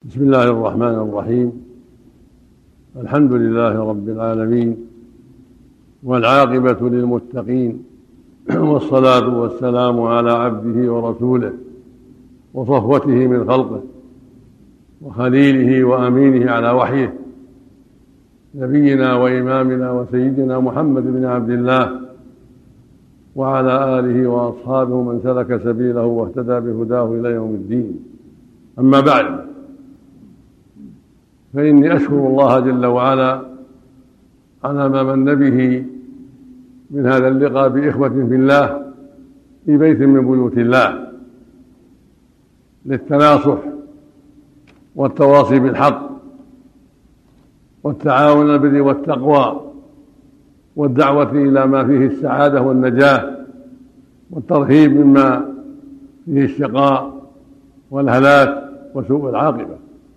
بسم الله الرحمن الرحيم. الحمد لله رب العالمين، والعاقبة للمتقين، والصلاة والسلام على عبده ورسوله وصفوته من خلقه وخليله وأمينه على وحيه، نبينا وإمامنا وسيدنا محمد بن عبد الله وعلى آله وأصحابه من سلك سبيله واهتدى بهداه إلى يوم الدين. أما بعد، فإني أشكر الله جل وعلا على ما من به من هذا اللقاء بإخوة في الله في بيت من بيوت الله، للتناصح والتواصي بالحق والتعاون على البر والتقوى والدعوة إلى ما فيه السعادة والنجاة والترهيب مما فيه الشقاء والهلاك وسوء العاقبة.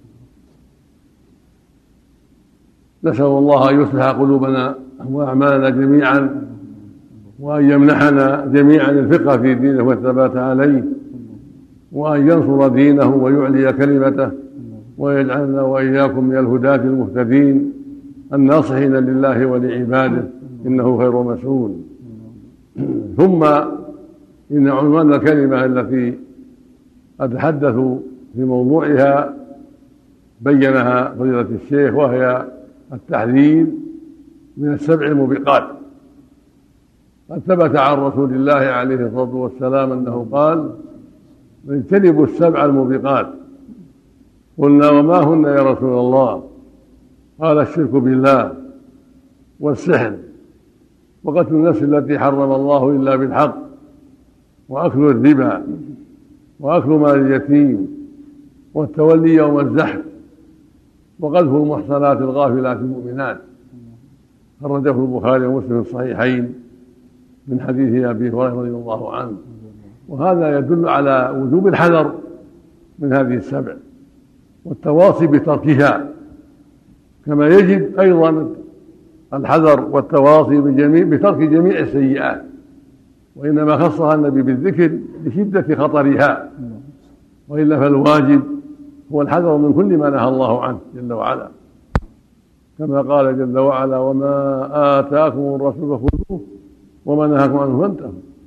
نسأل الله أن يصلح قلوبنا وأعمالنا جميعا، وأن يمنحنا جميعا الفقه في دينه والثبات عليه، وأن ينصر دينه ويعلي كلمته، ويجعلنا وإياكم من الهداة المهتدين الناصحين لله ولعباده، إنه خير مسؤول. ثم إن عنوان الكلمة التي أتحدث في موضوعها بينها فضيلة الشيخ، وهي التحذير من السبع الموبقات. قد ثبت عن رسول الله عليه الصلاة والسلام أنه قال: اجتنبوا السبع الموبقات. قلنا: وما هن يا رسول الله؟ قال: الشرك بالله، والسحر، وقتل النفس التي حرم الله إلا بالحق، وأكل الربا، وأكل مال اليتيم، والتولي يوم الزحف، وقذف المحصنات الغافلات المؤمنات. خرجه البخاري ومسلم في الصحيحين من حديث أبي هريرة رضي الله عنه. وهذا يدل على وجوب الحذر من هذه السبع والتواصي بتركها، كما يجب أيضا الحذر والتواصي بترك جميع السيئات، وإنما خصها النبي بالذكر لشدة خطرها، وإلا فالواجب هو الحذر من كل ما نهى الله عنه جل وعلا، كما قال جل وعلا: وما آتاكم الرسول فخذوه وما نهاكم عنه فانتهوا.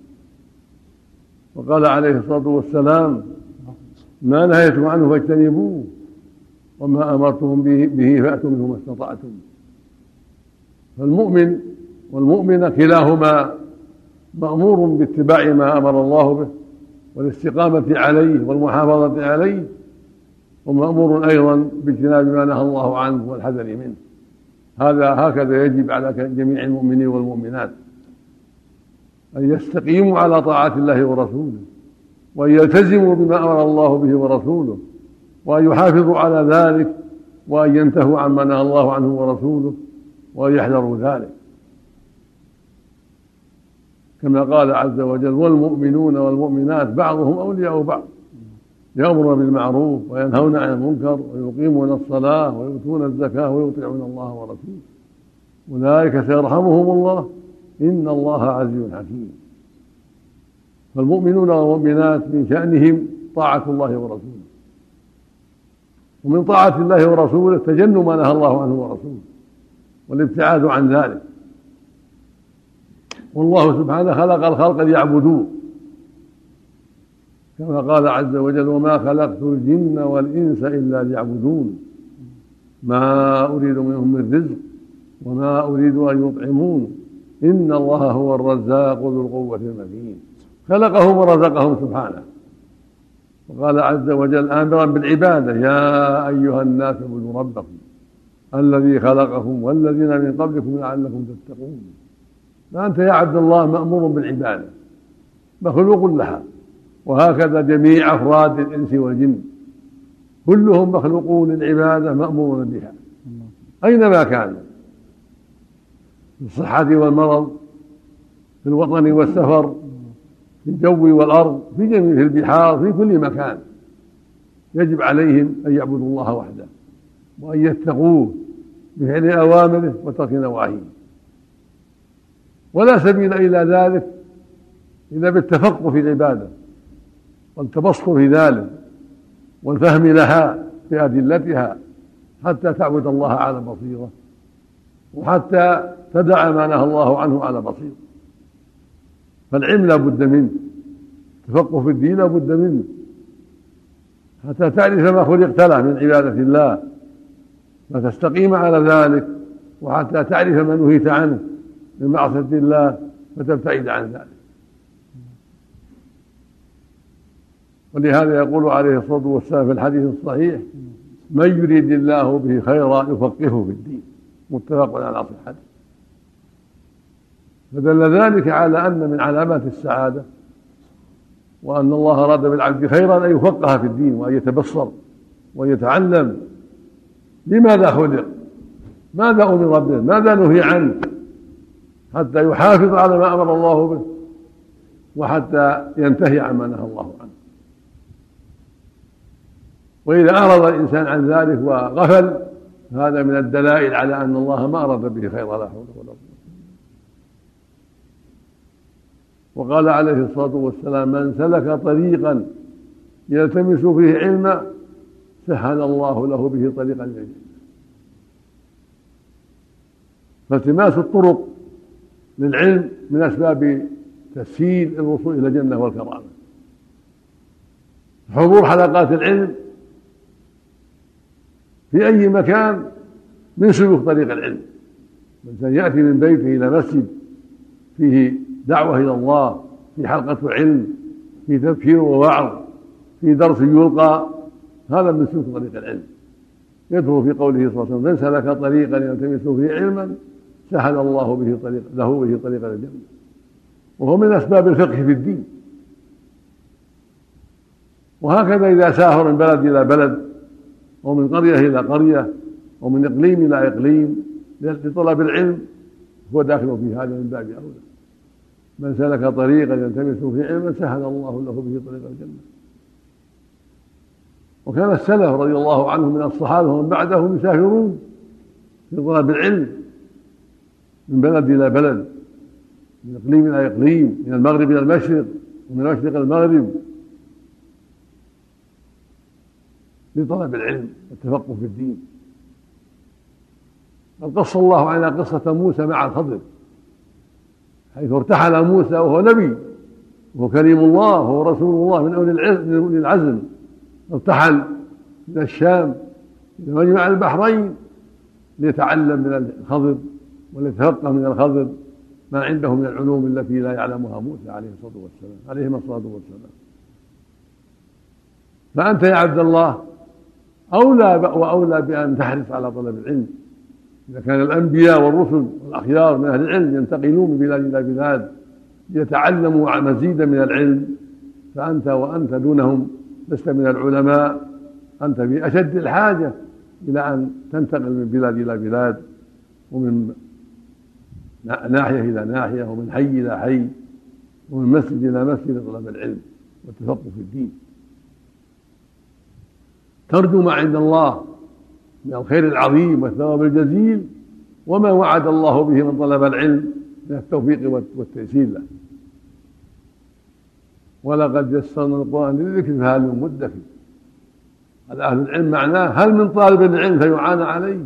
وقال عليه الصلاة والسلام: ما نهيتم عنه فاجتنبوه، وما أمرتم به فأتوا منه ما استطعتم. فالمؤمن والمؤمنة كلاهما مأمور باتباع ما أمر الله به والاستقامة عليه والمحافظة عليه، ومأمور أيضا باجتناب ما نهى الله عنه والحذر منه. هكذا يجب على جميع المؤمنين والمؤمنات أن يستقيموا على طاعة الله ورسوله، وأن يلتزموا بما أمر الله به ورسوله، وأن يحافظوا على ذلك، وأن ينتهوا عما نهى الله عنه ورسوله، وأن يحذروا ذلك، كما قال عز وجل: والمؤمنون والمؤمنات بعضهم أولياء بعض يأمرون بالمعروف وينهون عن المنكر ويقيمون الصلاة ويؤتون الزكاة ويطيعون الله ورسوله أولئك سيرحمهم الله إن الله عزيز حكيم. فالمؤمنون والمؤمنات من شأنهم طاعة الله ورسوله، ومن طاعة الله ورسوله تجنب ما نهى الله عنه ورسوله والابتعاد عن ذلك. والله سبحانه خلق الخلق ليعبدوه، كما قال عز وجل: وما خلقت الجن والإنس إلا ليعبدون ما أريد منهم من رزق وما أريد أن يطعمون إن الله هو الرزاق ذو القوة المتين. خلقهم ورزقهم سبحانه. وقال عز وجل آمرا بالعبادة: يا أيها الناس اعبدوا ربكم الذي خلقكم والذين من قبلكم لعلكم تتقون. فأنت يا عبد الله مأمور بالعبادة، مخلوق لها، وهكذا جميع أفراد الإنس والجن كلهم مخلوقون للعبادة مأمورون بها أينما كانوا، في الصحة والمرض، في الوطن والسفر، في الجو والأرض، في جميع البحار، في كل مكان. يجب عليهم أن يعبدوا الله وحده، وأن يتقوه بفعل أوامره وترك نواهيه. ولا سبيل إلى ذلك إلا بالتفقه في العبادة والتبصر في ذلك والفهم لها بأدلتها حتى تعبد الله على بصيرة، وحتى تدع ما نهى الله عنه على بصيرة. فالعلم لا بد منه، التفقه في الدين لا بد منه، حتى تعرف ما خلقت له من عبادة الله فتستقيم على ذلك، وحتى تعرف ما نهيت عنه من معصية الله فتبتعد عن ذلك. ولهذا يقول عليه الصلاة والسلام في الحديث الصحيح: من يريد الله به خيرا يفقهه في الدين، متفق على صحته. فدل ذلك على أن من علامات السعادة وأن الله أراد بالعبد خيرا أن يفقه في الدين، وأن يتبصر وأن يتعلم لماذا خلق، ماذا أمر به، ماذا نهي عنه، حتى يحافظ على ما أمر الله به، وحتى ينتهي عما نهى الله عنه. وإذا أعرض الإنسان عن ذلك وغفل، هذا من الدلائل على أن الله ما أراد به خيرا، لا حول ولا قوة. وقال عليه الصلاة والسلام: من سلك طريقا يلتمس فيه علما سهل الله له به طريقا إلى الجنة. فالتماس الطرق للعلم من أسباب تسهيل الوصول إلى الجنة والكرامة. حضور حلقات العلم في أي مكان من سلوك طريق العلم. الإنسان يأتي من بيته إلى مسجد فيه دعوة إلى الله، في حلقة علم، في تذكير ووعظ، في درس يلقى، هذا من سلوك طريق العلم. يدخل في قوله صلى الله عليه وسلم: من سلك طريقا يلتمس فيه علما سهل الله له به طريقا الجنة. وهو من أسباب الفقه في الدين. وهكذا إذا سافر من بلد إلى بلد، ومن قرية إلى قرية، ومن إقليم إلى إقليم لطلب العلم، هو داخل في هذا من باب أولى. من سلك طريقا يلتمس فيه علما سهل الله له به طريق الجنة. وكان السلف رضي الله عنهم من الصحابة ومن بعدهم يسافرون في طلب العلم من بلد إلى بلد، من إقليم إلى إقليم، من المغرب إلى المشرق، ومن المشرق إلى المغرب، لطلب العلم والتفقه في الدين. قد قص الله على قصة موسى مع الخضر، حيث ارتحل موسى وهو نبي وهو كريم الله وهو رسول الله من أولي العزم، ارتحل من الشام إلى مجمع البحرين ليتعلم من الخضر وليتفقه من الخضر ما عنده من العلوم التي لا يعلمها موسى عليهما الصلاة والسلام. فأنت يا عبد الله أولى وأولى بأن تحرص على طلب العلم. إذا كان الأنبياء والرسل والأخيار من أهل العلم ينتقلون من بلاد إلى بلاد ليتعلموا مزيدا من العلم، وأنت دونهم لست من العلماء، أنت في أشد الحاجة إلى أن تنتقل من بلاد إلى بلاد، ومن ناحية إلى ناحية، ومن حي إلى حي، ومن مسجد إلى مسجد لطلب العلم والتفقه في الدين. ترجو ما عند الله من الخير العظيم والثواب الجزيل، وما وعد الله به من طلب العلم من التوفيق والتيسير له. ولقد يسرنا القرآن للذكر فهل من مدكر. أهل العلم معناه هل من طالب العلم فيعان عليه.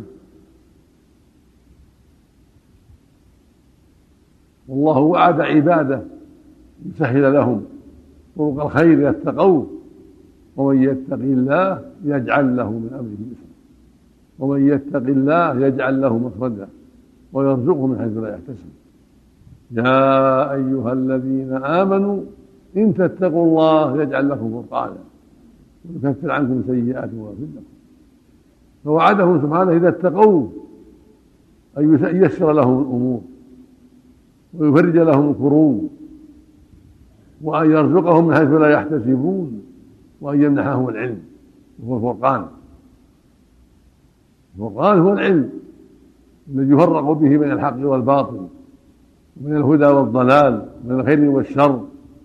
والله وعد عباده يسهل لهم طرق الخير يتقوه: ومن يتق الله يجعل له من أمره يسرا، ومن يتق الله يجعل له مخرجا ويرزقه من حيث لا يحتسب. يا أيها الذين آمنوا إن تتقوا الله يجعل لكم فرقانا ويكفر عنكم سيئاتكم ويغفر لكم. فوعدهم سبحانه إذا اتقوه أن ييسر لهم الأمور ويفرج لهم الكروب، وأن يرزقهم من حيث لا يحتسبون، وأن يمنحهم العلم وهو الفرقان. الفرقان هو العلم الذي يفرق به بين الحق والباطل، ومن الهدى والضلال، من الخير والشر.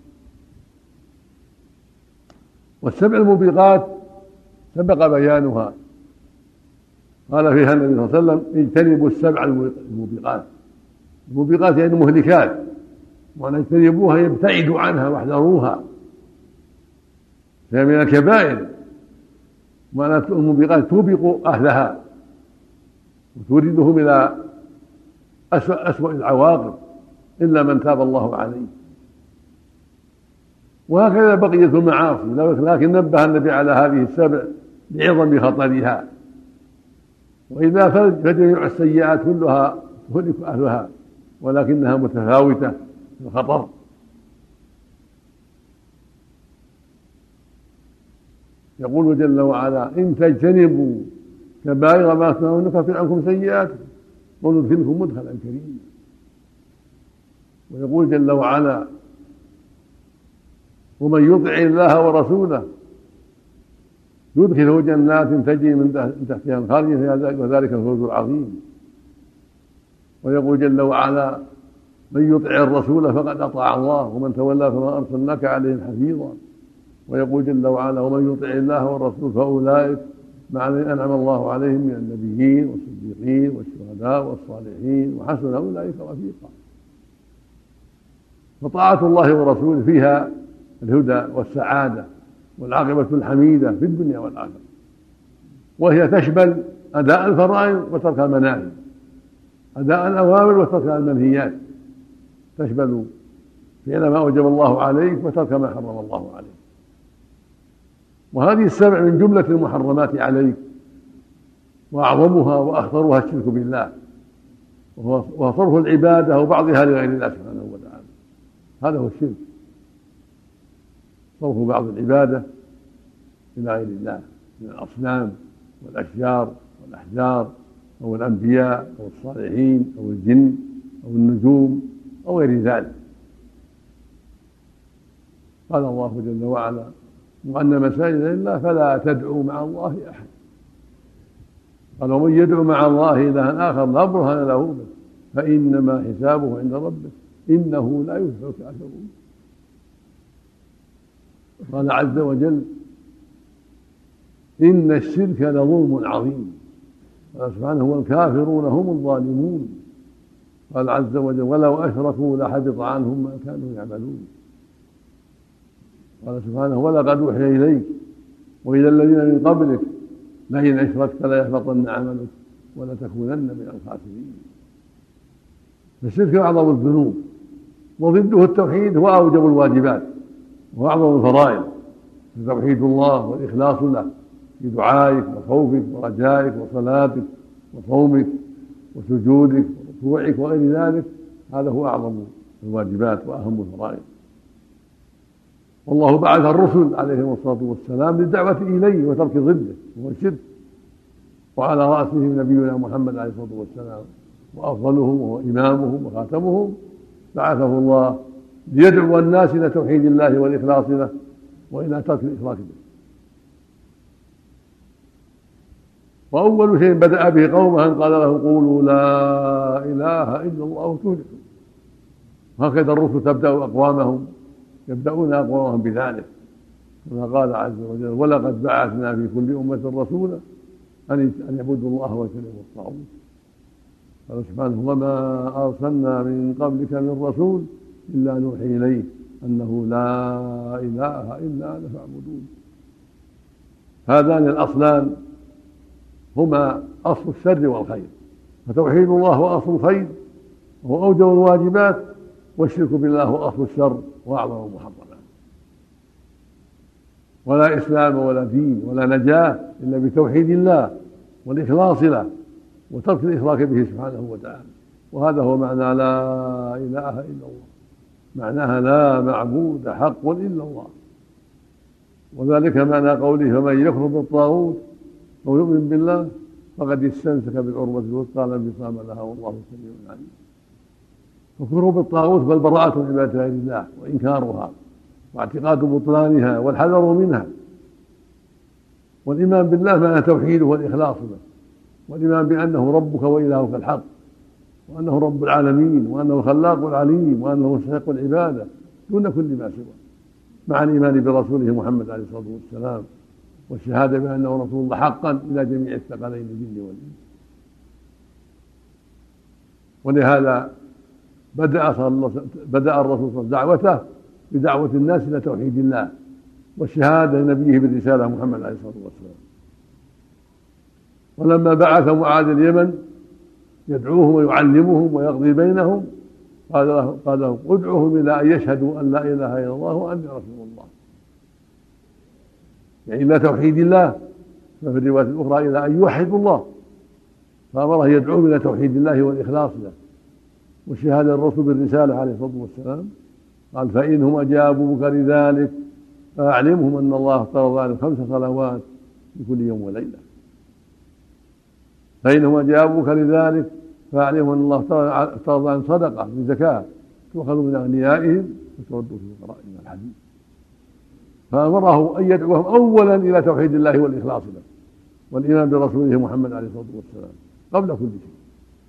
والسبع الموبقات سبق بيانها، قال فيها النبي صلى الله عليه وسلم: اجتنبوا السبع الموبقات. الموبقات يعني مهلكات، وأن اجتنبوها يبتعدوا عنها واحذروها، فهي من الكبائر معنى الموبقات توبق أهلها وتوردهم إلى أسوأ العواقب إلا من تاب الله عليه. وهكذا بقية المعاصي، لكن نبه النبي على هذه السبع لعظم خطرها، وإذا فجميع السيئات كلها تهلك أهلها ولكنها متفاوتة في الخطر. يقول جل وعلا: إن تجتنبوا كبائر ما تنهون نكفر عنكم سيئاتكم وندخلكم مدخلا كريما. ويقول جل وعلا: ومن يطع الله ورسوله يدخله جنات تجري من تحتها الأنهار وذلك الفوز العظيم. ويقول جل وعلا: من يطع الرسول فقد أطاع الله ومن تولى فما أرسلناك عليهم حفيظا. ويقول جل وعلا: ومن يطع الله والرسول فأولئك مع الذين أنعم الله عليهم من النبيين والصديقين والشهداء والصالحين وحسن أولئك رفيقا. فطاعة الله ورسوله فيها الهدى والسعادة والعاقبة الحميدة في الدنيا والآخرة، وهي تشمل أداء الفرائض وترك المناهي، أداء الأوامر وترك المنهيات، تشمل فعل ما أوجب الله عليك وترك ما حرم الله عليك. وهذه السبع من جملة المحرمات عليك، وأعظمها وأخطرها الشرك بالله، وهو صرف العبادة وبعضها لغير الله سبحانه وتعالى. هذا هو الشرك، صرف بعض العبادة إلى غير الله من الأصنام والأشجار والأحجار أو الأنبياء أو الصالحين أو الجن أو النجوم أو غير ذلك. قال الله جل وعلا: وأن مساجد لله فلا تدعوا مع الله أحد. قال: ومن يدعو مع الله إلها آخر لا برهان له به فإنما حسابه عند ربه إنه لا يفلح الكافرون. قال عز وجل: إن الشرك لظلم عظيم. قال سبحانه: والكافرون هم الظالمون. قال عز وجل: ولو أشركوا لحبط عنهم ما كانوا يعملون. قال سبحانه: ولقد أوحي إليك وإلى الذين من قبلك لئن أشركت ليحبطن عملك ولتكونن من الخاسرين. فالشرك أعظم الذنوب، وضده التوحيد هو أوجب الواجبات وأعظم الفرائض، توحيد الله والإخلاص له في دعائك وخوفك ورجائك وصلاتك وصومك وسجودك وركوعك وغير ذلك. هذا هو أعظم الواجبات وأهم الفرائض. والله بعث الرسل عليهم الصلاة والسلام للدعوة إليه وترك ضده وهو الشرك، وعلى رأسهم نبينا محمد عليه الصلاة والسلام، وأفضلهم وهو إمامهم وخاتمهم. بعثه الله ليدعو الناس إلى توحيد الله والإخلاص له وإلى ترك الإشراك به. وأول شيء بدأ به قومه أن قال له: قولوا لا إله إلا الله تفلحوا. هكذا الرسل يبدأون أقوامهم بذلك، كما قال عز وجل: ولقد بعثنا في كل أمة رسولا أن يعبدوا الله واجتنبوا الطاغوت. قال سبحانه: وما أرسلنا من قبلك من رسول إلا نوحي إليه أنه لا إله إلا أنا فاعبدون. هذان الأصلان هما أصل الشر والخير، فتوحيد الله هو أصل الخير وهو أوجب الواجبات، والشرك بالله هو أصل الشر وأعظم المحرمات. ولا إسلام ولا دين ولا نجاة إلا بتوحيد الله والإخلاص له وترك الإشراك به سبحانه وتعالى. وهذا هو معنى لا إله إلا الله، معناها لا معبود حق إلا الله. وذلك معنى قوله: فمن يكفر بالطاغوت ويؤمن بالله فقد استمسك بالعروة الوثقى لا انفصام لها والله سميع عليم. فكفر بالطاغوت فالبراءة من عبادة غير الله وإنكارها واعتقاد بطلانها والحذر منها. والإيمان بالله معنى توحيده والإخلاص له، والإيمان بأنه ربك وإلهك الحق، وأنه رب العالمين، وأنه الخلاق العليم، وأنه مستحق العبادة دون كل ما سواه، مع الإيمان برسوله محمد عليه الصلاة والسلام والشهادة بأنه رسول الله حقا إلى جميع الثقلين الجن والإنس. ولهذا بدأ الرسول دعوته بدعوة الناس إلى توحيد الله والشهادة لنبيه بالرسالة محمد عليه الصلاة والسلام. ولما بعث معاذ اليمن يدعوهم ويعلمهم ويقضي بينهم قال لهم ادعوهم إلى أن يشهدوا أن لا إله إلا الله وأني رسول الله، يعني إلى توحيد الله، وفي الرواية الأخرى إلى أن يوحدوا الله، فأمره يدعوهم إلى توحيد الله والإخلاص له وشهادة الرسول بالرسالة عليه الصلاة والسلام. قال فإنهم أجابوك لذلك فأعلمهم أن الله افترض عليهم 5 صلوات في كل يوم وليلة. فإنهم أجابوك لذلك فأعلمهم أن الله افترض عليهم صدقة من زكاة تؤخذ من أغنيائهم وترد في فقرائهم. الحديث فأمره أن يدعوهم أولا إلى توحيد الله والإخلاص له والإيمان برسوله محمد عليه الصلاة والسلام قبل كل شيء.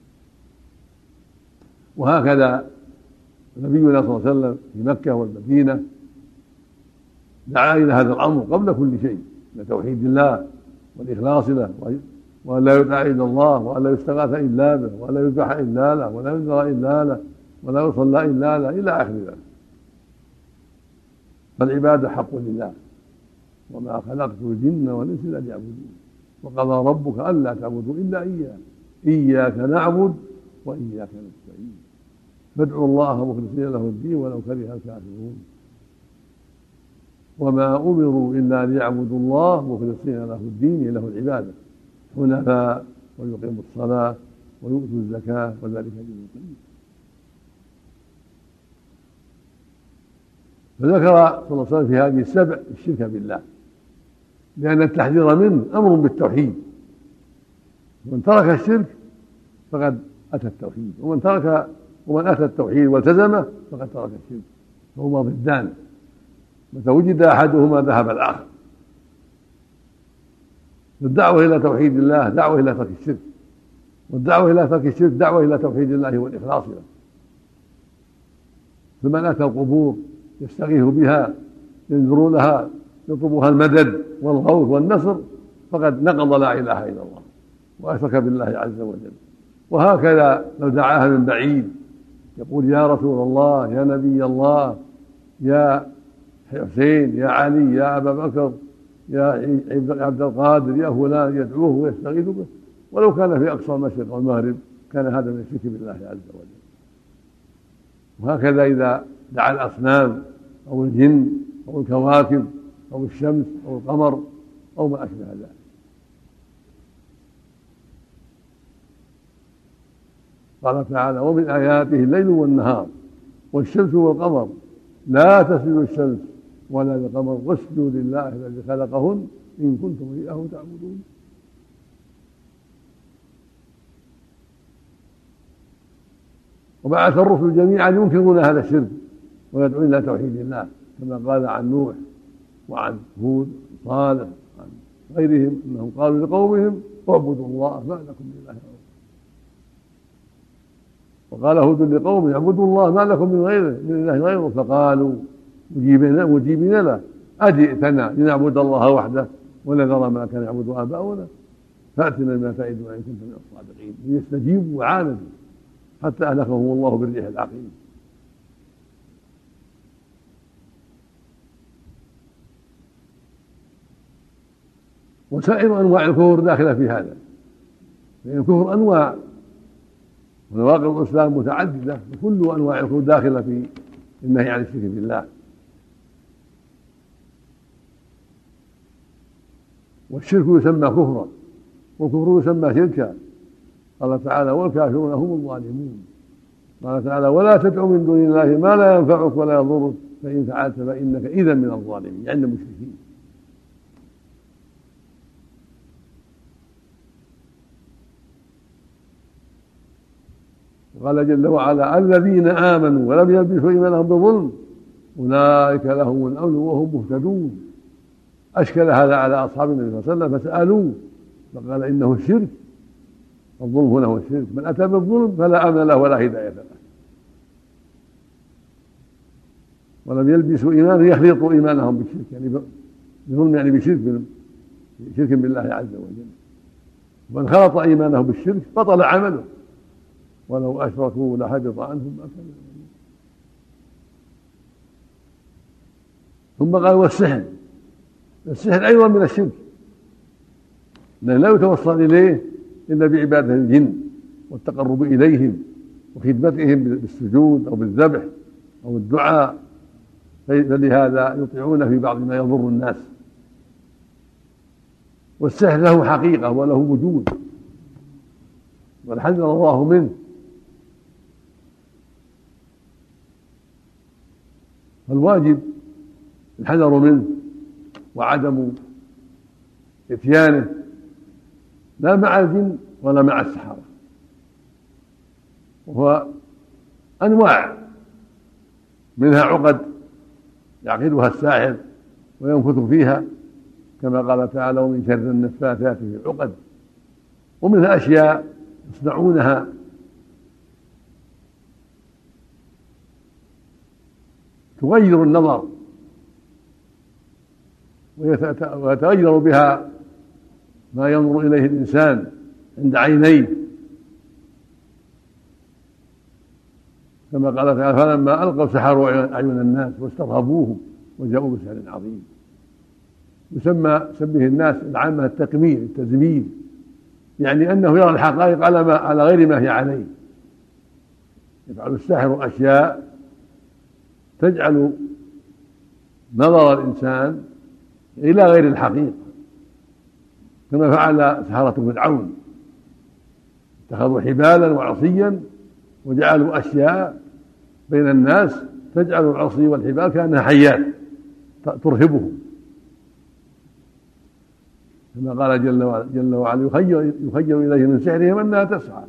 وهكذا نبينا صلى الله عليه وسلم في مكة والمدينة دعا إلى هذا الأمر قبل كل شيء، إلى توحيد الله والإخلاص له، وأن لا يدعى إلا الله، وأن لا يستغاث إلا به، وأن لا يذبح إلا له، ولا ينذر إلا له، ولا يصلى إلا له، إلى آخر ذلك. فالعبادة حق لله، وما خلقت الجن والإنس إلا ليعبدون، وقضى ربك ألا تعبدوا إلا إياه، إياك نعبد وإياك نستعين، فادعوا الله مخلصين له الدين ولو كره الكافرون. وما أمروا إلا ليعبدوا الله مخلصين له الدين له العبادة حنفاء ويقيموا الصلاة ويؤتوا الزكاة وذلك دين القيم. فذكر صلى الله عليه وسلم في هذه السبع الشرك بالله، لأن التحذير منه أمر بالتوحيد، ومن ترك الشرك فقد أتى التوحيد، ومن أتى التوحيد والتزمه فقد ترك الشرك، فهما ضدان، متى وجد أحدهما ذهب الآخر. الدعوة إلى توحيد الله دعوة إلى ترك الشرك، والدعوة إلى ترك الشرك دعوة إلى توحيد الله والإخلاص له. فمن أتى القبور يستغيث بها ينذر لها يطلبها المدد والغوث والنصر فقد نقض لا إله إلا الله وأشرك بالله عز وجل. وهكذا لو دعاها من بعيد يقول يا رسول الله، يا نبي الله، يا حسين، يا علي، يا أبا بكر، يا عبد القادر، يا فلان، يدعوه ويستغيث به، ولو كان في أقصى المشرق والمغرب كان هذا من الشرك بالله عز وجل. وهكذا إذا دعا الأصنام أو الجن أو الكواكب أو الشمس أو القمر أو ما أشبه ذلك. قال تعالى ومن آياته الليل والنهار والشمس والقمر لا تسجدوا الشمس ولا للقمر واسجدوا لله الذي خلقهن إن كنتم إياه تعبدون. وبعث الرسل جميعا ينكرون هذا الشرك ويدعون إلى توحيد الله، كما قال عن نوح وعن هود وصالح وعن غيرهم أنهم قالوا لقومهم اعبدوا الله ما لكم من إله غيره. وقال هود لقومه اعبدوا الله ما لكم من إله غيره، فقالوا مجيبين له أجئتنا لنعبد الله وحده ونذر ما كان يعبد آباؤنا فأتنا بما تعدنا إن كنت من الصادقين. ليستجيبوا وعاندوا حتى أهلكهم الله بالريح العقيم. وسائر أنواع الكفر داخلة في هذا، لأن الكفر أنواع ونواقض الإسلام متعددة، وكل أنواع الكفر داخلة في النهي عن الشرك بالله. والشرك يسمى كفرا والكفر يسمى شركا. قال تعالى والكافرون هم الظالمون. قال تعالى ولا تدع من دون الله ما لا ينفعك ولا يضرك فإن فعلت فإنك إذا من الظالمين، يعني المشركين. وقال جل وعلا الذين آمنوا ولم يلبسوا إيمانهم بظلم أولئك لهم الأمن وهم مهتدون. أشكل هذا على أصحاب النبي صلى الله عليه وسلم فسألوه فقال إنه الشرك، الظلم هنا هو الشرك، من أتى بالظلم فلا أمن له ولا هداية له. ولم يلبسوا إيمانهم يخلطوا إيمانهم بالشرك، يعني بظلم يعني بشرك بالله عز وجل. ومن خلط إيمانه بالشرك بطل عمله ولو أشركوا لحبط عنهم ما كانوا يعملون. ثم قال والسحر، السحر أيضا من الشرك، لأنه لا يتوصل إليه إلا بعبادة الجن والتقرب إليهم وخدمتهم بالسجود أو بالذبح أو الدعاء، فلهذا يطيعون في بعض ما يضر الناس. والسحر له حقيقة وله وجود والحذر الله منه، فالواجب الحذر منه وعدم اتيانه، لا مع الجن ولا مع السحرة. وهو أنواع، منها عقد يعقدها الساحر وينفث فيها كما قال تعالى ومن شر النفاثات في العقد، ومنها أشياء يصنعونها تغير النظر ويتغير بها ما ينظر إليه الإنسان عند عينيه، كما قال تعالى فلما ألقوا سحروا أعين الناس واسترهبوهم وجاءوا بسحر عظيم. يسمى به الناس العامة التقمير، التزمير، يعني أنه يرى الحقائق على غير ما هي عليه. يفعل الساحر أشياء تجعل نظر الإنسان إلى غير الحقيقة، كما فعل سحرة فرعون، اتخذوا حبالا وعصيا وجعلوا أشياء بين الناس تجعل العصي والحبال كأنها حيات ترهبهم، كما قال جل وعلا يخيل إليه من سحرهم أنها تسعى.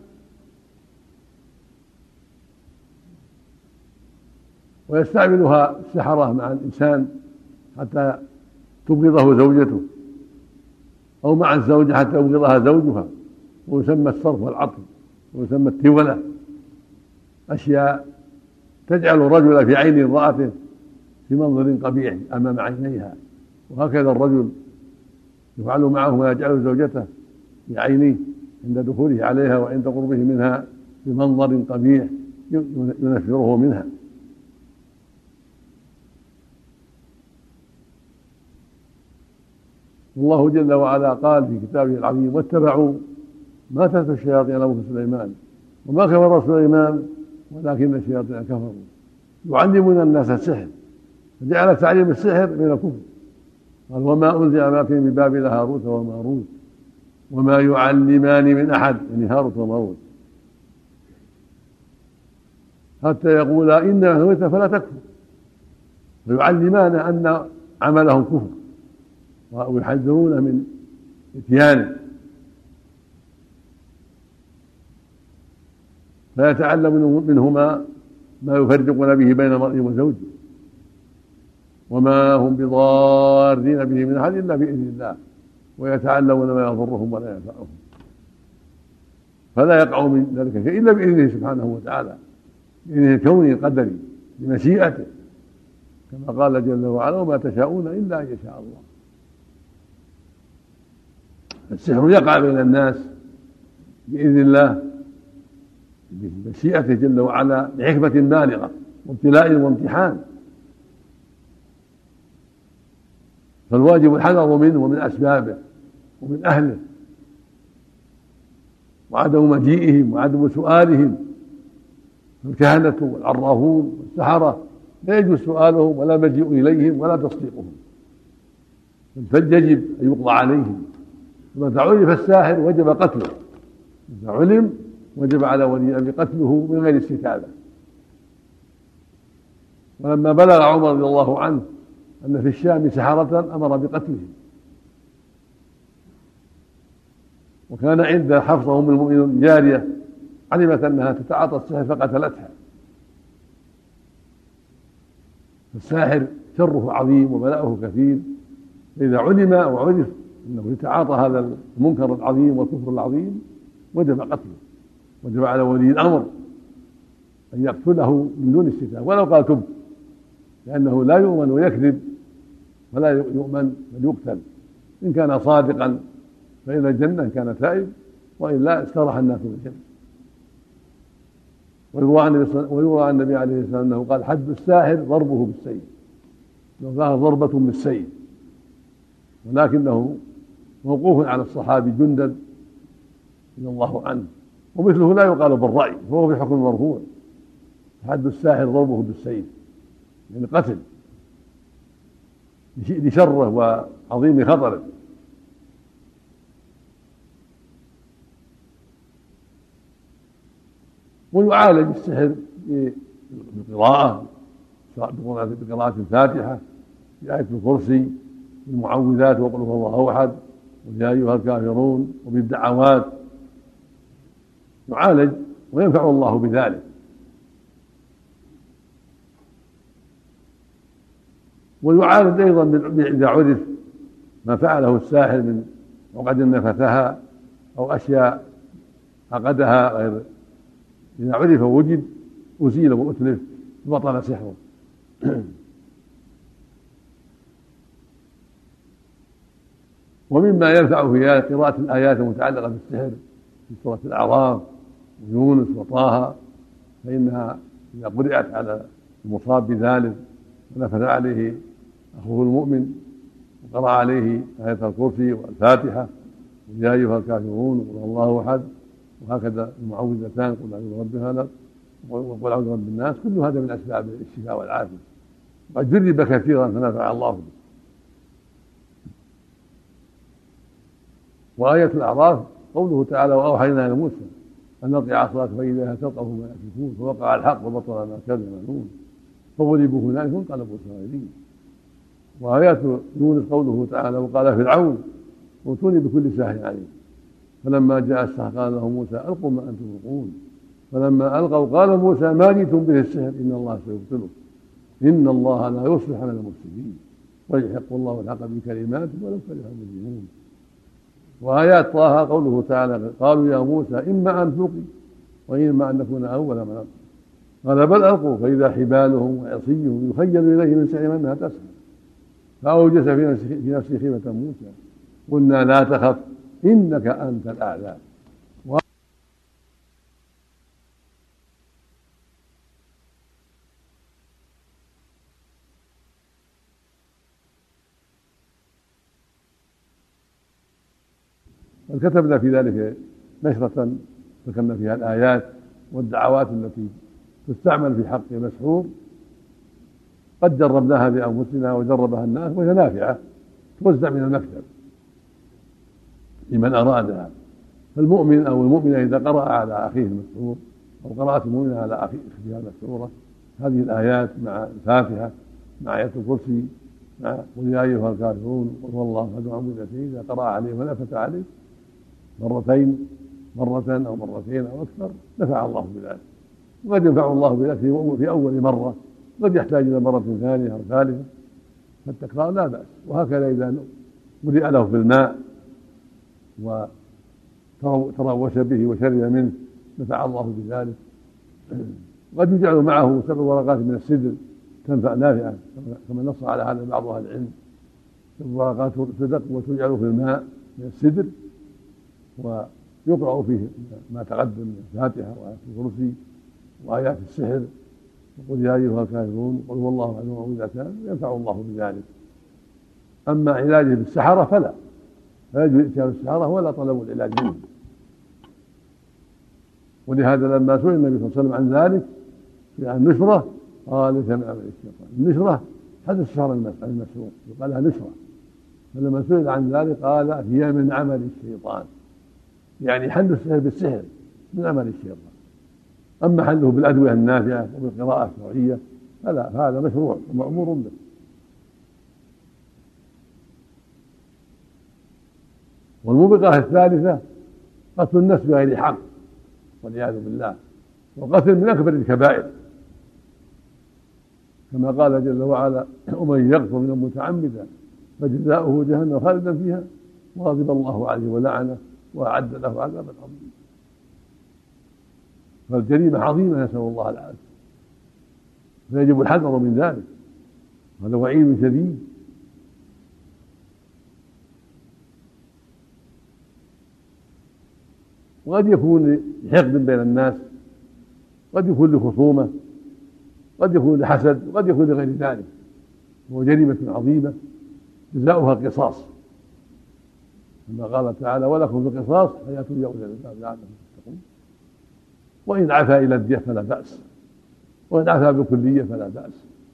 ويستعملها السحرة مع الإنسان حتى تبغضه زوجته، أو مع الزوجة حتى يبغضها زوجها، ويسمى الصرف والعطف، ويسمى التولة، أشياء تجعل الرجل في عين امرأته في منظر قبيح أمام عينيها، وهكذا الرجل يفعل معه ما يجعل زوجته في عينيه عند دخوله عليها وعند قربه منها بمنظر قبيح ينفره منها. الله جل وعلا قال في كتابه العظيم واتبعوا ما تتلو الشياطين على ملك سليمان وما كفر سليمان ولكن الشياطين كفروا يعلمون الناس السحر، فجعل تعليم السحر من الكفر. قال وما أنزل على ملكين ببابل هاروت وماروت وما يعلمان من أحد، يعني هاروت وماروت، حتى يقولا إنما نويت فلا تكفر، فيعلمان أن عملهم كفر ويحذرون من اتيانه، فيتعلم منهما ما يفرقون به بين المرء وزوجه، وما هم بضارين به من أحد إلا بإذن الله، ويتعلمون ما يضرهم ولا ينفعهم، فلا يقع من ذلك شيء إلا بإذنه سبحانه وتعالى، بإذنه الكوني القدري بمشيئته، كما قال جل وعلا وما تشاءون إلا أن يشاء الله. السحر يقع بين الناس بإذن الله بمشيئته جل وعلا لحكمة بالغة وابتلاء وامتحان، فالواجب الحذر منه ومن أسبابه ومن أهله، وعدم مجيئهم وعدم سؤالهم. الكهنة والعرافون والسحرة لا يجوز سؤالهم ولا مجيء إليهم ولا تصديقهم، بل يجب أن يقضى عليهم. فمتى عرف الساحر وجب قتله، إذا علم وجب على ولي الأمر قتله من غير استتابة. ولما بلغ عمر رضي الله عنه أن في الشام سحرة أمر بقتلهم، وكان عند حفصة أم المؤمنين جارية علمت أنها تتعاطى السحر فقتلتها. فالساحر شره عظيم وبلاؤه كثير، فإذا علم وعرف أنه يتعاطى هذا المنكر العظيم والكفر العظيم وجب قتله، وجب على ولي الأمر أن يقتله من دون استتابة ولو قال تب، لأنه لا يؤمن ويكذب ولا يؤمن بل يقتل، إن كان صادقا فإلى الجنة إن كان تائب، وإلا استراح الناس بالجنة. ويروى عن النبي عليه الصلاة والسلام أنه قال حد الساحر ضربه بالسيف، لو ظهر ضربة بالسيف، ولكنه موقوف على الصحابي جندب رضي الله عنه، ومثله لا يقال بالرأي، فهو بحكم مرفوع. حد الساحر ضربه بالسيف، يعني قتل لشره وعظيم خطره. ويعالج السحر بالقراءة، بقراءة الفاتحة، بآية الكرسي، بالمعوذات وقل هو الله أحد ويا أيها الكافرون، وبالدعوات يعالج وينفع الله بذلك. ويعالج أيضا إذا عرف ما فعله الساحر من عقد نفثها أو أشياء عقدها غير، إذا عرف ووجد أزيل وأتلف بطل سحره. ومما ينفع في قراءة الآيات المتعلقة بالسحر في سورة الأعراف ويونس وطه، فإنها إذا قرأت على المصاب بذلك ونفث عليه أخوه المؤمن وقرأ عليه آية الكرسي والفاتحة ويا أيها الكافرون وقل الله أحد، وهكذا المعوذتان قل أعوذ برب الفلق وقل أعوذ برب الناس، كل هذا من أسباب الشفاء والعافية، وقد جرب كثيرا فنفع الله به. وآية الأعراف قوله تعالى وأوحينا إلى موسى أن ألق عصاك فإذا تلقف ما يأفكون فوقع الحق وبطل ما كانوا يعملون فغلبوا هنالك وانقلبوا صاغرين. وآيات يونس قوله تعالى وقال فرعون ائتوني بكل ساحر عليم فلما جاء السحر قال له موسى ألقوا ما أنتم ملقون فلما ألقوا قال موسى ما جئتم به السحر إن الله سيبطله إن الله لا يصلح عمل المفسدين ويحق الله الحق بكلماته ولو كره المجرمون. وآيات طه قوله تعالى قالوا يا موسى إما أن تلقي وإما أن نكون أول من ألقى قال بل ألقوا فإذا حبالهم وعصيهم يخيل إليه من سحرهم أنها تسعى فأوجس في نفسه خيفة موسى قلنا لا تخف إنك أنت الأعلى. وكتبنا في ذلك نشرة ذكرنا فيها الآيات والدعوات التي تستعمل في حق المسحور، قد جربناها بأنفسنا وجربها الناس وهي نافعة، توزع من المكتب لمن أرادها. فالمؤمن أو المؤمنة إذا قرأ على أخيه المسحور أو قرأت المؤمنة على أختها المسحورة هذه الآيات مع الفاتحة مع آية الكرسي مع قل يا أيها الكافرون قل هو الله أحد معوذتين، إذا قرأ عليه ونفث عليه مرة أو مرتين أو أكثر نفع الله بذلك. وقد ينفع الله بذلك في أول مرة، قد يحتاج إلى مرة ثانية أو ثالثة، فالتكرار لا بأس. وهكذا إذا مرئ له في الماء وتروش به وشرب منه نفع الله بذلك. قد يجعل معه 7 ورقات من السدر تنفع نافعة كما نص على هذا بعض أهل العلم، 7 ورقات صدق وتجعل في الماء من السدر ويقرأ فيه ما تقدم من الفاتحة وآيات الكرسي وآيات السحر وقل يا أيها الكافرون قل هو الله أحد معوذتان ينفع الله بذلك. أما علاجه بالسحرة فلا يجوز إتيان السحرة ولا طلب العلاج منه. ولهذا لما سئل النبي صلى الله عليه وسلم عن ذلك عن النشرة قال ليس من عمل الشيطان. النشرة حد السحر المسروق يقال لها نشرة، فلما سئل عن ذلك قال هي من عمل الشيطان، يعني حل السحر بالسحر من عمل الشيطان. أما حله بالأدوية النافعة وبالقراءة الشرعية فهذا مشروع ومأمور به. والموبقة الثالثة قتل النفس بغير حق والعياذ بالله، والقتل من أكبر الكبائر كما قال جل وعلا ومن يقتل منهم متعمدا فجزاؤه جهنم خالدا فيها وغضب الله عليه ولعنه وأعد له عذابا عظيما. فالجريمة عظيمة نسأل الله العافية، فيجب الحذر من ذلك، هذا وعيد شديد. وقد يكون لحقد بين الناس، قد يكون لخصومة، قد يكون لحسد، وقد يكون لغير ذلك، وهو جريمة عظيمة جزاؤها القصاص. كما قال تعالى ولكم في القصاص حياة يا أولي الألباب لعلكم تتقون. وإن عفا إلى الدية فلا بأس، وإن عفا بالكلية فلا بأس.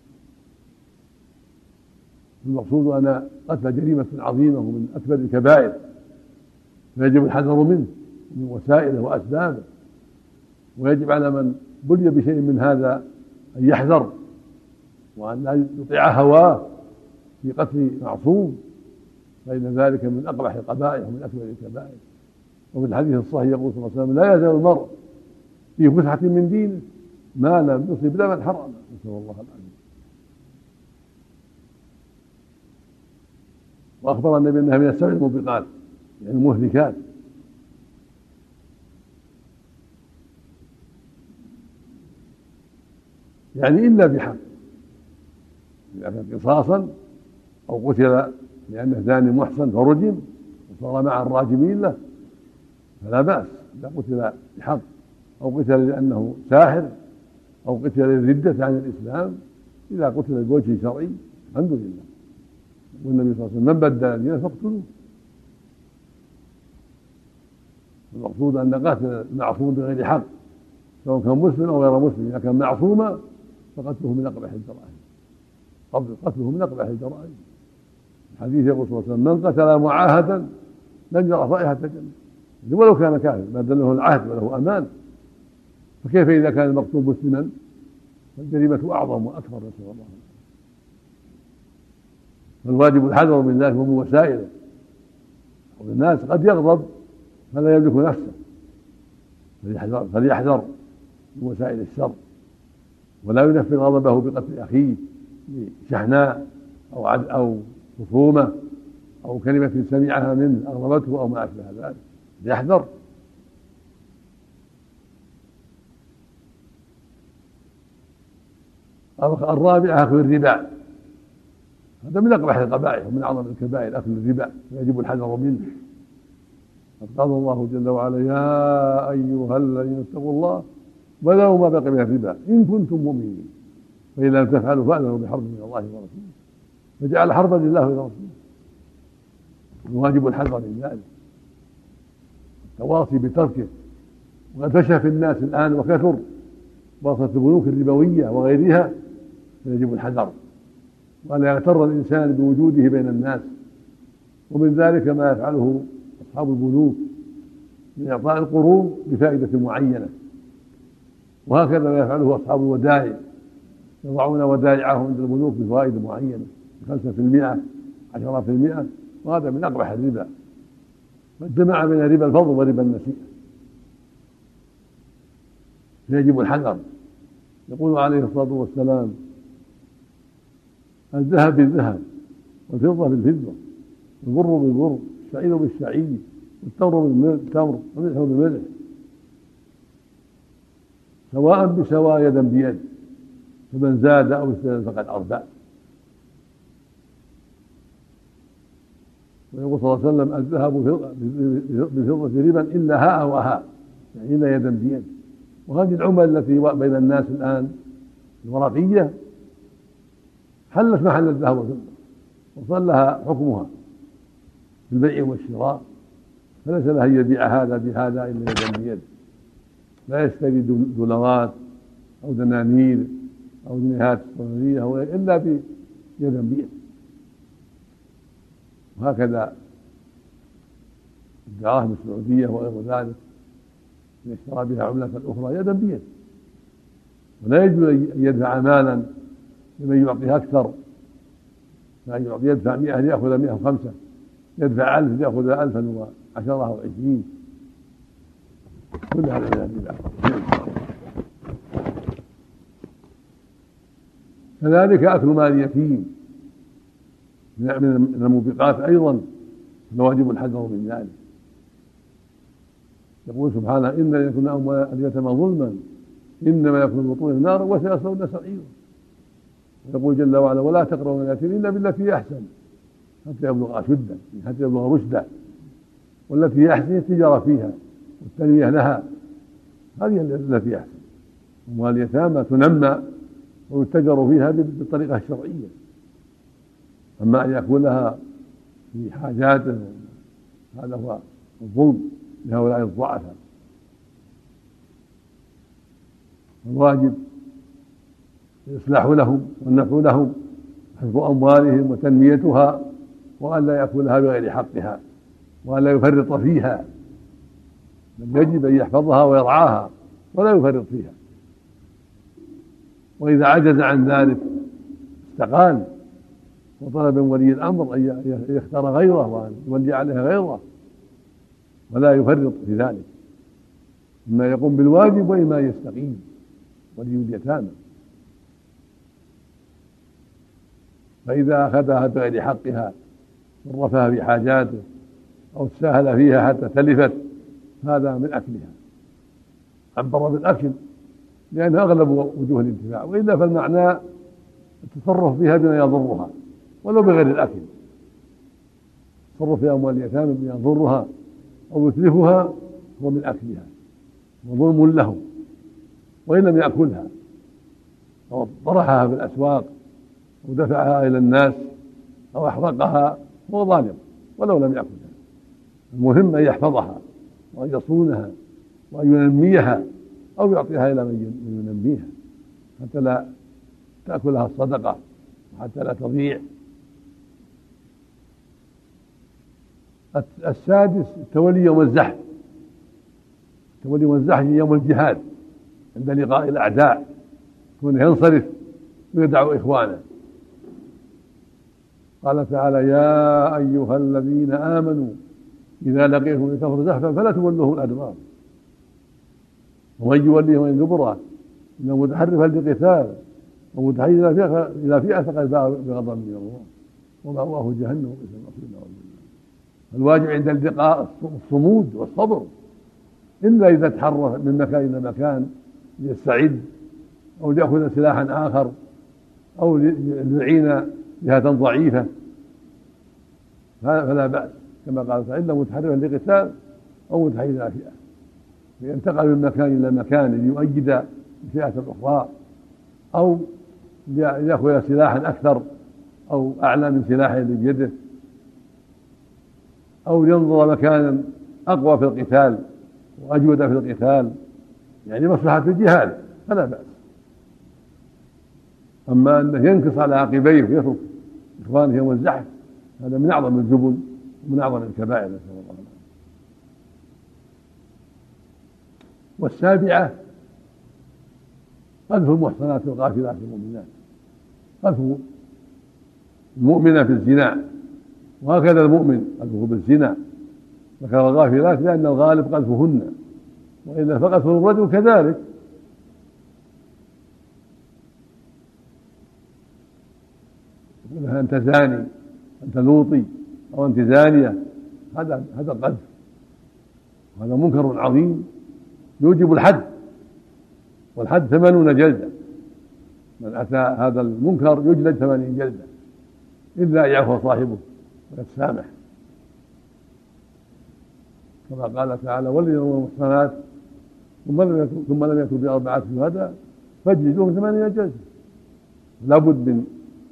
المقصود أن قتل جريمة عظيمة ومن أكبر الكبائر، فيجب الحذر منه من وسائله وأسبابه، ويجب على من بلي بشيء من هذا أن يحذر وأن لا يطيع هواه في قتل معصوم، فإن ذلك من أقبح القبائح ومن أكبر الكبائر. وفي الحديث الصحيح يقول صلى الله عليه وسلم لا يزال المرء في فسحة من دينه ما لم يصب لمن حرمه، نسأل الله العافية. وأخبر النبي أنها من السبع الموبقات يعني المهلكات. يعني إلا بحق، إذا كان قصاصا أو قتل لأنه زاني محصن فرجم وصار مع الراجمين له فلا بأس. إذا قتل بحق أو قتل لأنه ساحر أو قتل للردة عن الإسلام، إذا قتل بوجه شرعي الحمد لله. والنبي صلى الله عليه وسلم من بدل دينه فاقتلوه. المقصود أن قتل المعصوم بغير حق سواء كان مسلم أو غير مسلم، إذا كان معصوما فقتله من أقبح الجرائم، قتله من أقبح الجرائم. الحديث يقول صلى الله عليه وسلم من قتل معاهدا لم يرى رائحة الجنة ولو كان كافر، ما دل له العهد وله أمان، فكيف إذا كان المقتول مسلما؟ فالجريمة أعظم وأكبر، نسأل الله العافية. فالواجب الحذر من ذلك ومن وسائله. والناس قد يغضب فلا يملك نفسه، فليحذر من وسائل الشر ولا ينفذ غضبه بقتل أخيه بشحناء أو خصومة أو كلمة سمعها منه أغضبته أو ما أشبه ذلك، ليحذر. الرابع أكل الربا، هذا من أقبح القبائح ومن أعظم الكبائر أكل الربا، ويجب الحذر منه. قد قال الله جل وعلا يا أيها الذين اتقوا الله وذروا ما بقي من الربا إن كنتم مؤمنين فإن لم تفعلوا فأذنوا بحرب من الله ورسوله، فجعل حربا لله ورسوله. الواجب الحذر من ذلك، التواصي بتركه. وقد فشى في الناس الآن وكثر وصلت البنوك الربوية وغيرها، فيجب الحذر ولا يغتر الإنسان بوجوده بين الناس. ومن ذلك ما يفعله أصحاب البنوك من إعطاء القروض بفائدة معينة، وهكذا ما يفعله أصحاب الودائع، يضعون ودائعهم عند البنوك بفوائد معينة 5% 10%، وهذا من أقبح الربا، والجماعة بين ربا الفضل وربا النسيئة، فيجب الحذر. يقول عليه الصلاة والسلام الذهب بالذهب والفضة بالفضة والبر بالبر الشعير بالشعير والتمر بالتمر والملح بالملح سواء بسواء يدا بيد، فمن زاد أو استزاد فقد أردى. ويقول صلى الله عليه وسلم الذهب بالفضة ربا إلا هاء وهاء، يعني إلا يدا بيد. وهذه العمل التي بين الناس الآن الورقية حلت محل الذهب والفضة وصار لها حكمها في البيع والشراء، فليس له أن يبيع هذا بهذا إلا يدا بيد، لا يشتري دولارات أو دنانير أو جنيهات صغيرة إلا بيدا بيد. وهكذا الدراهم السعودية وغير ذلك يشترى بها عملة أخرى يدا بيد، ولا يجوز أن يدفع مالا لمن يعطيه أكثر، فأن يعطي يدفع 100 ليأخذ 105، يدفع 1000 ليأخذ 1010 أو 20، كل هذا من الربا. كذلك أكل مال اليتيم من الموبقات أيضا، فواجب الحذر من ذلك. يقول سبحانه إن يكون أموال اليتامى ظلما إنما يكون بطون النار وسيصلون سعيرا. يقول جل وعلا ولا تقربوا اليتيم إلا بالتي أحسن حتى يبلغ أشده، حتى يبلغ رشده، والتي أحسن التجارة فيها والتنمية لها، هذه التي أحسن. أموال اليتامى تنمى ويتجر فيها بالطريقة الشرعية، أما أن يأكلها في حاجاته هذا هو الظلم لهؤلاء الضعفاء. الواجب الإصلاح لهم والنفع لهم، حفظ أموالهم وتنميتها، وأن لا يأكلها بغير حقها، وأن لا يفرط فيها، بل يجب أن يحفظها ويرعاها ولا يفرط فيها. وإذا عجز عن ذلك استقال وطلب من ولي الأمر أن يختار غيره وأن يولي عليها غيره، ولا يفرط في ذلك، إما يقوم بالواجب وإما يستقيم ولي اليتامى. فإذا أخذها بغير حقها صرفها في حاجاته أو تساهل فيها حتى تلفت، هذا من أكلها، عبر بالأكل لأنه أغلب وجوه الانتفاع، وإلا فالمعنى التصرف فيها بما يضرها ولو بغير الأكل. التصرف في أموال اليتامى بما يضرها أو يتلفها هو من أكلها وظلم له، وإن لم يأكلها أو طرحها في الأسواق أو دفعها إلى الناس أو أحرقها هو ظالم ولو لم يأكلها. المهم أن يحفظها وأن يصونها وأن ينميها أو يعطيها إلى من ينميها حتى لا تأكلها الصدقة وحتى لا تضيع. السادس التولي يوم الزحف. التولي يوم الزحف يوم الجهاد عند لقاء الأعداء، كونه ينصرف ويدعو إخوانه. قال تعالى: يا أيها الذين آمنوا إذا لقيتم الكفر زحفا فلا تولوهم الأدبار ومن يوليهم دبره إنه متحرفا لقتال ومتحيزا إلى فئة فقد باء بغضب من الله ومأواه جهنم وبئس المصير. الواجب عند اللقاء الصمود والصبر، إلا إذا تحرف من مكان إلى مكان ليستعد أو ليأخذ سلاحا آخر أو ليعين جهة ضعيفة فلا بأس، كما قال تعالى: إلا متحرفا لقتال أو متحيزا إلى فئة، لينتقل من مكان إلى مكان ليؤيد الفئة الأخرى أو ليأخذ سلاحا أكثر أو أعلى من سلاحه اللي بيده أو ينظر مكانا أقوى في القتال وأجود في القتال، يعني مصلحة الجهاد فلا بأس. أما أنه ينكص على عقبيه ويترك إخوانه يوم الزحف هذا من أعظم الجبن ومن أعظم الكبائر، نسأل الله العافية. والسابعة قذف المحصنات الغافلات المؤمنات، قذف المؤمنة في الزنا، وهكذا المؤمن قذفه بالزنا، ذكر الغافلات لأن الغالب قذفهن، وإلا فقذف الرجل كذلك. يقول لها: أنت زاني، أنت لوطي، أو أنت زانية، هذا قذف، وهذا منكر عظيم يوجب الحد، والحد 80 جلدة، من أتى هذا المنكر يجلد 80 جلدة إلا أن يعفو صاحبه ويتسامح، كما قال تعالى: والذين هم المحصنات ثم لم يأتوا بأربعة شهداء فاجلدوهم 80 جلدة. لابد من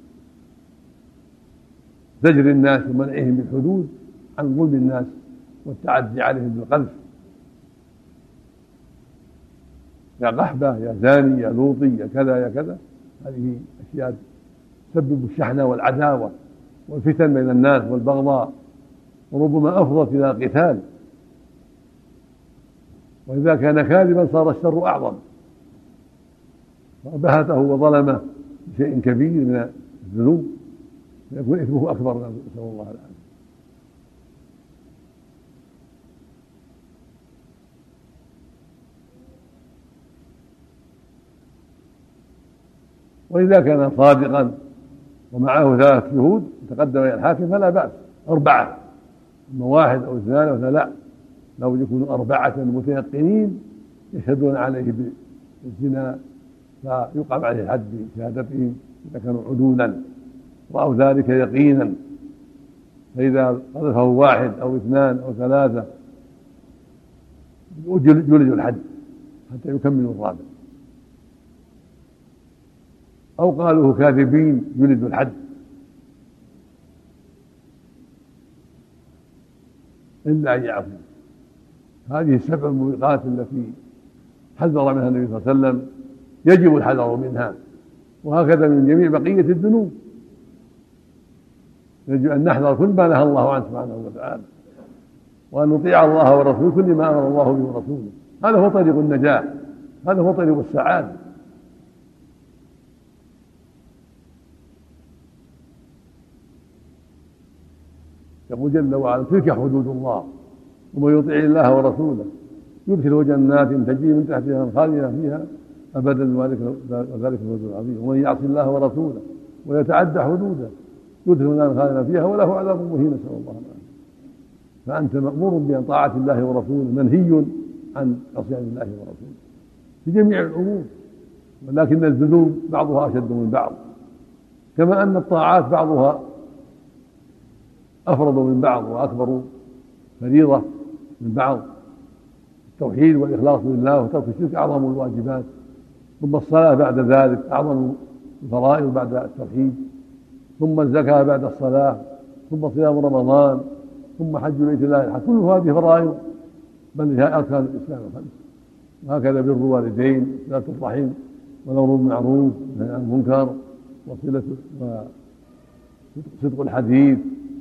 زجر الناس ومنعهم بالحدود عن ظلم الناس والتعدي عليهم بالقذف، يا قحبة، يا زاني، يا لوطي، يا كذا يا كذا. هذه أشياء تسبب الشحنة والعداوة والفتن بين الناس والبغضاء، وربما أفضت إلى القتال، وإذا كان كاذبا صار الشر أعظم، وبهته وظلمه بشيء كبير من الذنوب فيكون إثمه أكبر، نسأل الله العافية. وإذا كان صادقا ومعه 3 شهود تقدم إلى الحاكم فلا بأس، 4، أما 1 أو 2 أو 3 لا، لو يكونوا 4 متيقنين يشهدون عليه بالزنا فيقام عليه الحد بشهادتهم إذا كانوا عدولا رأوا ذلك يقينا. فإذا قذفه 1 أو 2 أو 3 يولج الحد حتى يكملوا الرابع، أو قالوا كاذبين يولد الحد. إلا أن يعفو. هذه السبع الموبقات التي حذر منها النبي صلى الله عليه وسلم يجب الحذر منها، وهكذا من جميع بقية الذنوب يجب أن نحذر كل ما نهى الله عنه سبحانه وتعالى، وأن نطيع الله ورسوله كل ما أمر الله به ورسوله. هذا هو طريق النجاة، هذا هو طريق السعادة. يقول جل وعلا: تلك حدود الله ومن يطيع الله ورسوله يدخله جنات تجري من تحتها خالدة فيها أبدا وذلك الفوز العظيم، ومن يعص الله ورسوله ويتعدى حدوده يدخله نارا خالدا فيها وله عذاب مهين، نسأل الله العافية. فأنت مأمور بطاعة الله ورسوله، منهي عن عصيان الله ورسوله في جميع الأمور، ولكن الذنوب بعضها أشد من بعض، كما أن الطاعات بعضها أفرض من بعض وأكبر فريضة من بعض. التوحيد والإخلاص لله وترك الشرك أعظم الواجبات، ثم الصلاة بعد ذلك أعظم الفرائض بعد التوحيد، ثم الزكاة بعد الصلاة، ثم صيام رمضان، ثم حج بيت الله الحج. كل هذه فرائض بل هي أركان الإسلام الخمس. وهكذا بر الوالدين، صلة الرحم، والأمر بالمعروف والنهي عن المنكر، وصدق الحديث،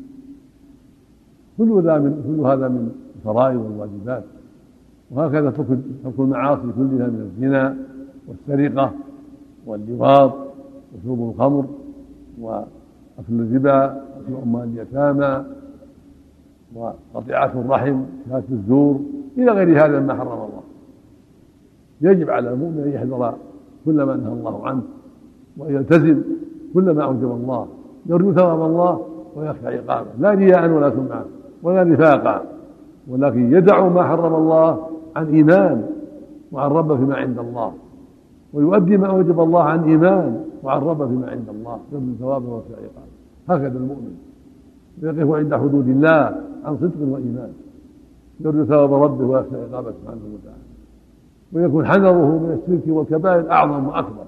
كل هذا من الفرائض والواجبات. وهكذا ترك المعاصي كلها من الزنا والسرقة واللواط وشرب الخمر وأكل الربا وأكل أموال اليتامى وقطيعة الرحم شهادة الزور إلى غير هذا مما حرم الله. يجب على المؤمن أن يحذر كل ما نهى الله عنه، وأن يلتزم كل ما أوجب الله، يرجو ثواب الله ويخشى عقابه، لا رياء ولا سمعة ولا نفاقا، ولكن يدع ما حرم الله عن إيمان وعن رغبة فيما عند الله، ويؤدي ما أوجب الله عن إيمان وعن رغبة فيما عند الله، يرجو ثوابه ويخشى عقابه. هكذا المؤمن يقف عند حدود الله عن صدق وإيمان، يرجو ثواب ربه ويخشى عقابه سبحانه وتعالى، ويكون حذره من الشرك والكبائر أعظم وأكبر.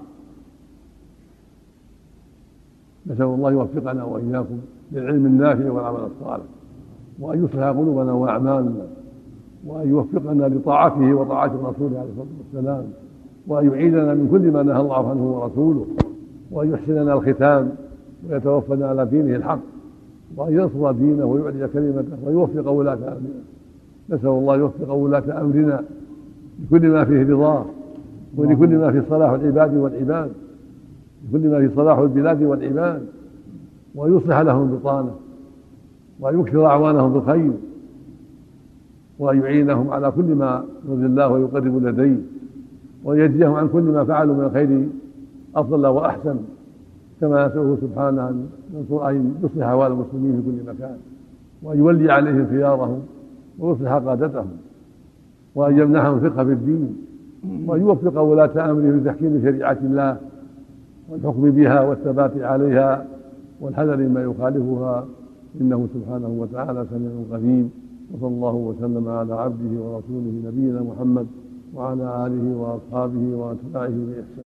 نسأل الله يوفقنا وإياكم للعلم النافع والعمل الصالح، وأن يصلح قلوبنا وأعمالنا، وأن يوفقنا لطاعته وطاعة رسوله عليه الصلاة والسلام، وأن يعيذنا من كل ما نهى الله عنه ورسوله، وأن يحسننا الختام ويتوفنا على دينه الحق، وأن ينصر دينه ويعلي كلمته ويوفق ولاة أمرنا. نسأل الله يوفق ولاة أمرنا لكل ما فيه رضاه، ولكل ما فيه صلاح العباد والعباد، لكل ما فيه صلاح البلاد والعباد، وأن يصلح لهم بطانه، وأن يكثر أعوانهم بالخير، وأن يعينهم على كل ما يرضي الله ويقرب لديه، وأن يجزيهم عن كل ما فعلوا من الخير أفضل وأحسن، كما نسأله سبحانه أن يصلح أحوال المسلمين في كل مكان، وأن يولي عليهم خيارهم ويصلح قادتهم، وأن يمنحهم الفقه في الدين، وأن يوفق ولاة أمره لتحكيم شريعة الله والحكم بها والثبات عليها والحذر مما يخالفها، إنه سبحانه وتعالى سميع قريب. وصلى الله وسلم على عبده ورسوله نبينا محمد وعلى آله وأصحابه وأتباعه بإحسان.